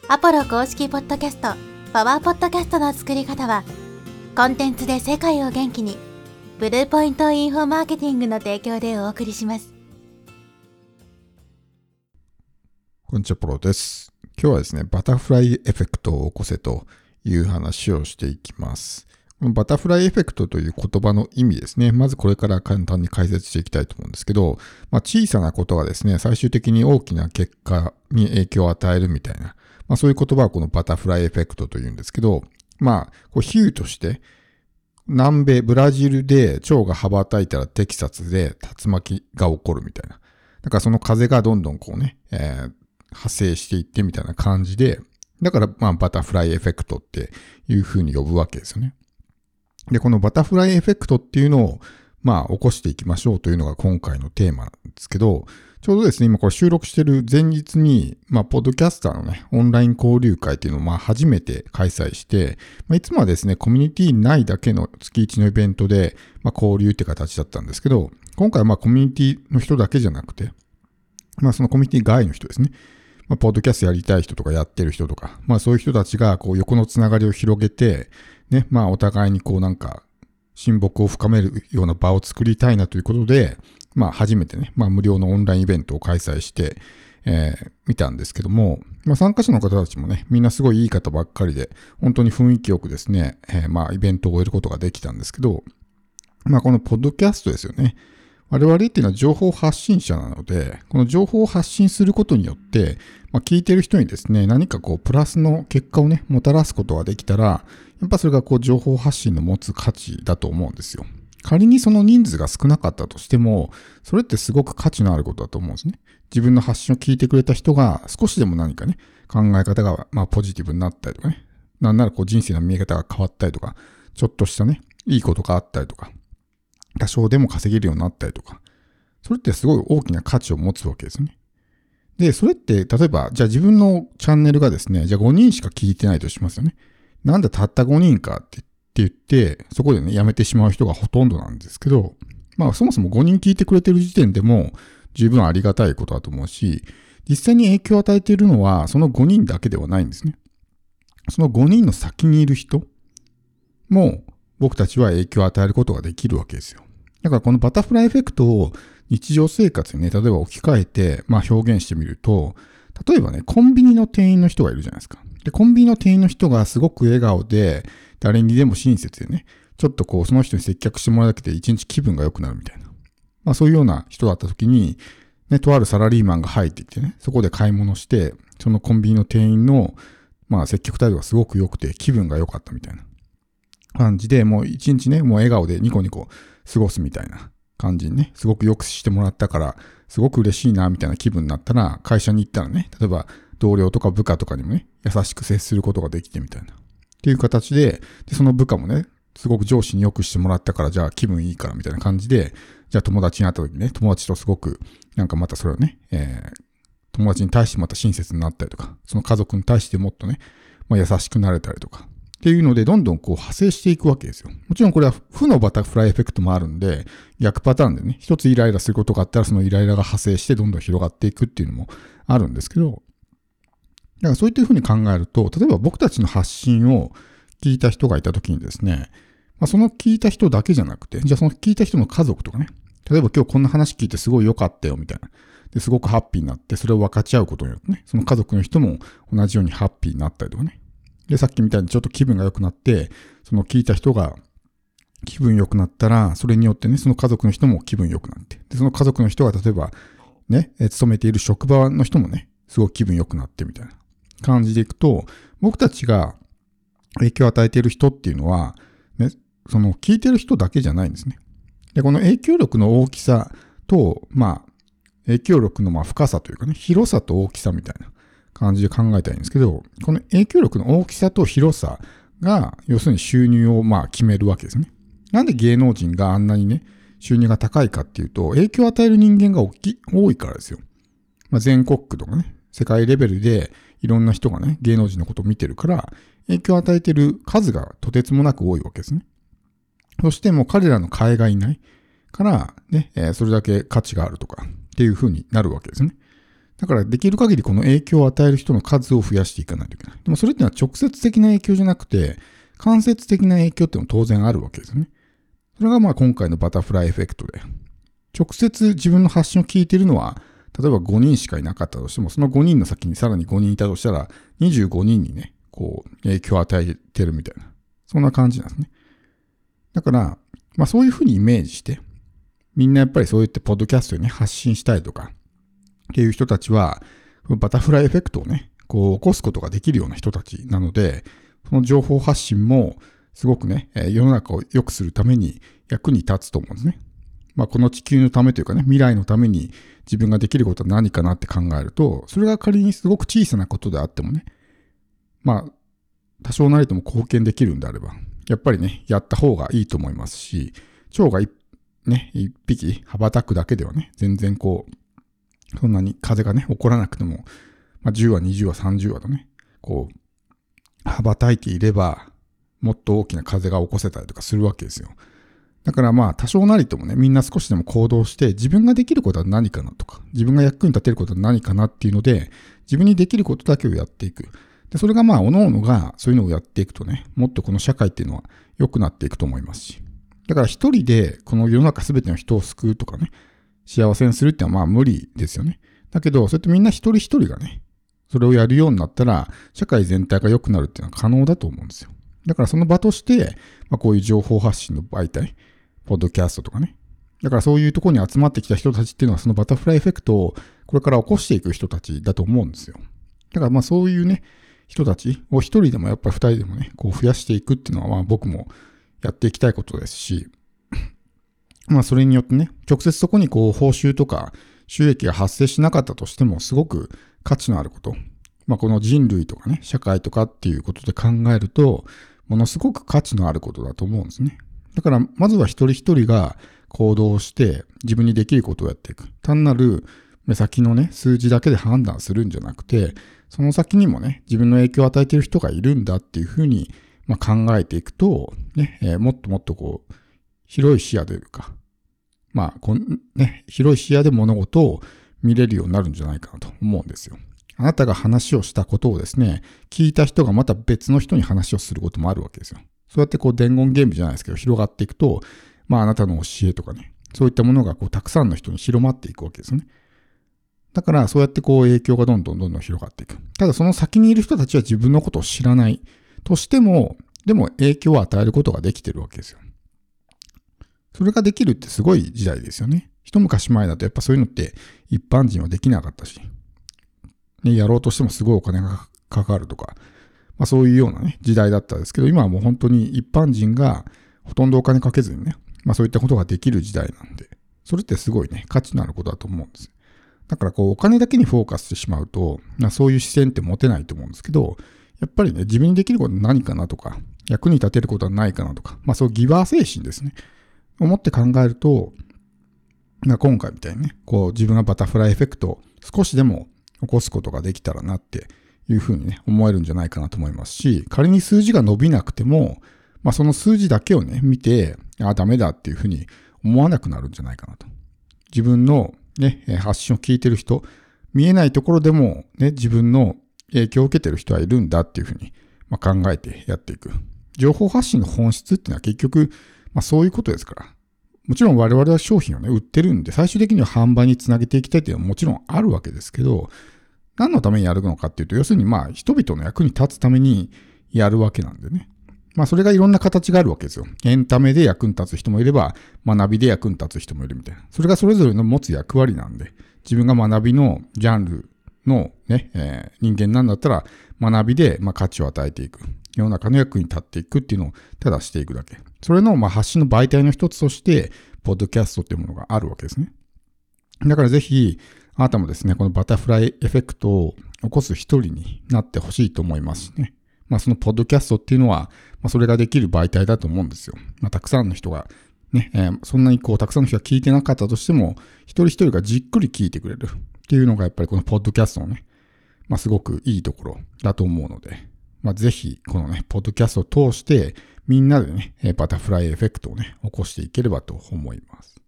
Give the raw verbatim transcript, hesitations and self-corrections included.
アポロ公式ポッドキャスト、パワーポッドキャストの作り方は、コンテンツで世界を元気に、ブルーポイントインフォマーケティングの提供でお送りします。 こんにちは、ポロです。今日はですね、バタフライエフェクトを起こせという話をしていきます。このバタフライエフェクトという言葉の意味ですね。まずこれから簡単に解説していきたいと思うんですけど、まあ、小さなことがですね、最終的に大きな結果に影響を与えるみたいな、まあ、そういう言葉をこのバタフライエフェクトというんですけど、まあ、こう比喩として、南米ブラジルで蝶が羽ばたいたらテキサスで竜巻が起こるみたいな。だからその風がどんどんこうね、えー、派生していってみたいな感じで、だからまあバタフライエフェクトっていう風に呼ぶわけですよね。で、このバタフライエフェクトっていうのをまあ起こしていきましょうというのが今回のテーマなんですけど、ちょうどですね、今これ収録してる前日に、まあ、ポッドキャスターのね、オンライン交流会っていうのをまあ初めて開催して、まあ、いつもはですね、コミュニティ内だけの月いちのイベントで、まあ、交流って形だったんですけど、今回はまあコミュニティの人だけじゃなくて、まあそのコミュニティ外の人ですね、まあ、ポッドキャストやりたい人とかやってる人とか、まあそういう人たちがこう横のつながりを広げて、ね、まあお互いにこうなんか、親睦を深めるような場を作りたいなということで、まあ初めてね、まあ無料のオンラインイベントを開催して、えー、見たんですけども、まあ参加者の方たちもね、みんなすごいいい方ばっかりで、本当に雰囲気よくですね、えー、まあイベントを終えることができたんですけど、まあこのポッドキャストですよね。我々っていうのは情報発信者なので、この情報を発信することによって、まあ、聞いてる人にですね、何かこうプラスの結果をね、もたらすことができたら、やっぱそれがこう情報発信の持つ価値だと思うんですよ。仮にその人数が少なかったとしても、それってすごく価値のあることだと思うんですね。自分の発信を聞いてくれた人が少しでも何かね、考え方がまあポジティブになったりとかね、なんならこう人生の見え方が変わったりとか、ちょっとしたね、いいことがあったりとか、多少でも稼げるようになったりとか、それってすごい大きな価値を持つわけですよね。で、それって、例えば、じゃあ自分のチャンネルがですね、じゃあごにんしか聞いてないとしますよね。なんだたったごにんかって言って、そこでね、やめてしまう人がほとんどなんですけど、まあそもそもごにん聞いてくれてる時点でも十分ありがたいことだと思うし、実際に影響を与えているのはそのごにんだけではないんですね。そのごにんの先にいる人も僕たちは影響を与えることができるわけですよ。だからこのバタフライエフェクトを日常生活にね、例えば置き換えて、まあ表現してみると、例えばね、コンビニの店員の人がいるじゃないですか。で、コンビニの店員の人がすごく笑顔で、誰にでも親切でね、ちょっとこう、その人に接客してもらうだけで一日気分が良くなるみたいな。まあそういうような人だった時に、ね、とあるサラリーマンが入ってきてね、そこで買い物して、そのコンビニの店員の、まあ接客態度がすごく良くて気分が良かったみたいな感じで、もう一日ね、もう笑顔でニコニコ過ごすみたいな感じにね、すごく良くしてもらったから、すごく嬉しいな、みたいな気分になったら、会社に行ったらね、例えば同僚とか部下とかにもね、優しく接することができてみたいな。っていう形で、で、その部下もね、すごく上司に良くしてもらったから、じゃあ気分いいからみたいな感じで、じゃあ友達に会った時にね、友達とすごく、なんかまたそれをね、えー、友達に対してまた親切になったりとか、その家族に対してもっとね、まあ、優しくなれたりとか、っていうので、どんどんこう派生していくわけですよ。もちろんこれは負のバタフライエフェクトもあるんで、逆パターンでね、一つイライラすることがあったら、そのイライラが派生してどんどん広がっていくっていうのもあるんですけど、だからそういったふうに考えると、例えば僕たちの発信を聞いた人がいたときにですね、まあ、その聞いた人だけじゃなくて、じゃあその聞いた人の家族とかね、例えば今日こんな話聞いてすごい良かったよみたいな。ですごくハッピーになって、それを分かち合うことによってね、その家族の人も同じようにハッピーになったりとかね。で、さっきみたいにちょっと気分が良くなって、その聞いた人が気分良くなったら、それによってね、その家族の人も気分良くなって、で、その家族の人が例えばね、勤めている職場の人もね、すごく気分良くなってみたいな感じでいくと、僕たちが影響を与えている人っていうのは、ね、その聞いてる人だけじゃないんですね。で、この影響力の大きさと、まあ、影響力のまあ深さというかね、広さと大きさみたいな感じで考えたらいいんですけど、この影響力の大きさと広さが、要するに収入をまあ決めるわけですね。なんで芸能人があんなにね、収入が高いかっていうと、影響を与える人間が大き多いからですよ。まあ、全国区とかね、世界レベルでいろんな人がね、芸能人のことを見てるから、影響を与えている数がとてつもなく多いわけですね。そしてもう彼らの替えがいないから、ね、えー、それだけ価値があるとかっていう風になるわけですね。 だからできる限りこの影響を与える人の数を増やしていかないといけない。でもそれってのは直接的な影響じゃなくて、間接的な影響っていうのも当然あるわけですよね。それがまあ今回のバタフライエフェクトで、直接自分の発信を聞いているのは、例えばごにんしかいなかったとしても、そのごにんの先にさらにごにんいたとしたら、にじゅうごにんにね、こう影響を与えてるみたいな、そんな感じなんですね。だから、まあそういうふうにイメージして、みんなやっぱりそういってポッドキャストにね、発信したいとか、っていう人たちは、バタフライエフェクトをね、こう起こすことができるような人たちなので、その情報発信もすごくね、世の中を良くするために役に立つと思うんですね。まあこの地球のためというかね、未来のために自分ができることは何かなって考えると、それが仮にすごく小さなことであってもね、まあ多少なりとも貢献できるんであれば、やっぱりね、やった方がいいと思いますし、蝶が一ね、一匹羽ばたくだけではね、全然こう、そんなに風がね、起こらなくても、まあ、じゅうわ、にじゅうわ、さんじゅうわとね、こう、羽ばたいていれば、もっと大きな風が起こせたりとかするわけですよ。だからまあ、多少なりともね、みんな少しでも行動して、自分ができることは何かなとか、自分が役に立てることは何かなっていうので、自分にできることだけをやっていく。で、それがまあ、各々がそういうのをやっていくとね、もっとこの社会っていうのは良くなっていくと思いますし。だから一人で、この世の中すべての人を救うとかね、幸せにするってのはまあ無理ですよね。だけど、そうやってみんな一人一人がね、それをやるようになったら、社会全体が良くなるっていうのは可能だと思うんですよ。だからその場として、まあ、こういう情報発信の媒体、ポッドキャストとかね。だからそういうところに集まってきた人たちっていうのは、そのバタフライエフェクトをこれから起こしていく人たちだと思うんですよ。だからまあそういうね、人たちを一人でもやっぱり二人でもね、こう増やしていくっていうのはまあ僕もやっていきたいことですし、まあそれによってね、直接そこにこう報酬とか収益が発生しなかったとしてもすごく価値のあること。まあこの人類とかね、社会とかっていうことで考えると、ものすごく価値のあることだと思うんですね。だからまずは一人一人が行動して自分にできることをやっていく。単なる目先のね、数字だけで判断するんじゃなくて、その先にもね、自分の影響を与えている人がいるんだっていうふうに、まあ、考えていくと、ね、えー、もっともっとこう、広い視野というか、まあこん、ね、広い視野で物事を見れるようになるんじゃないかなと思うんですよ。あなたが話をしたことをですね、聞いた人がまた別の人に話をすることもあるわけですよ。そうやってこう伝言ゲームじゃないですけど、広がっていくと、まああなたの教えとかね、そういったものがこうたくさんの人に広まっていくわけですよね。だからそうやってこう影響がどんどんどんどん広がっていく。ただその先にいる人たちは自分のことを知らないとしても、でも影響を与えることができてるわけですよ。それができるってすごい時代ですよね。一昔前だとやっぱそういうのって一般人はできなかったし、ね、やろうとしてもすごいお金がかかるとか、まあそういうようなね、時代だったんですけど、今はもう本当に一般人がほとんどお金かけずにね、まあそういったことができる時代なんで、それってすごいね、価値のあることだと思うんです。だからこうお金だけにフォーカスしてしまうと、まあ、そういう視線って持てないと思うんですけど、やっぱりね、自分にできることは何かなとか、役に立てることはないかなとか、まあそうギバー精神ですね。思って考えると、まあ、今回みたいにね、こう自分がバタフライエフェクトを少しでも起こすことができたらなっていうふうにね、思えるんじゃないかなと思いますし、仮に数字が伸びなくても、まあその数字だけをね、見て、ああ、ダメだっていうふうに思わなくなるんじゃないかなと。自分のね、発信を聞いてる人、見えないところでもね、自分の影響を受けてる人はいるんだっていうふうに、まあ、考えてやっていく。情報発信の本質っていうのは結局、まあそういうことですから。もちろん我々は商品をね、売ってるんで、最終的には販売につなげていきたいっていうのはもちろんあるわけですけど、何のためにやるのかっていうと、要するにまあ人々の役に立つためにやるわけなんでね。まあそれがいろんな形があるわけですよ。エンタメで役に立つ人もいれば、学びで役に立つ人もいるみたいな。それがそれぞれの持つ役割なんで、自分が学びのジャンルのね、えー、人間なんだったら、学びでまあ価値を与えていく。世の中の役に立っていくっていうのをただしていくだけ。それのまあ発信の媒体の一つとして、ポッドキャストっていうものがあるわけですね。だからぜひ、あなたもですね、このバタフライエフェクトを起こす一人になってほしいと思いますしね。まあそのポッドキャストっていうのは、まあそれができる媒体だと思うんですよ。まあたくさんの人がね、えー、そんなにこうたくさんの人が聞いてなかったとしても、一人一人がじっくり聞いてくれるっていうのがやっぱりこのポッドキャストのね、まあすごくいいところだと思うので、まあぜひこのね、ポッドキャストを通してみんなでね、バタフライエフェクトをね、起こしていければと思います。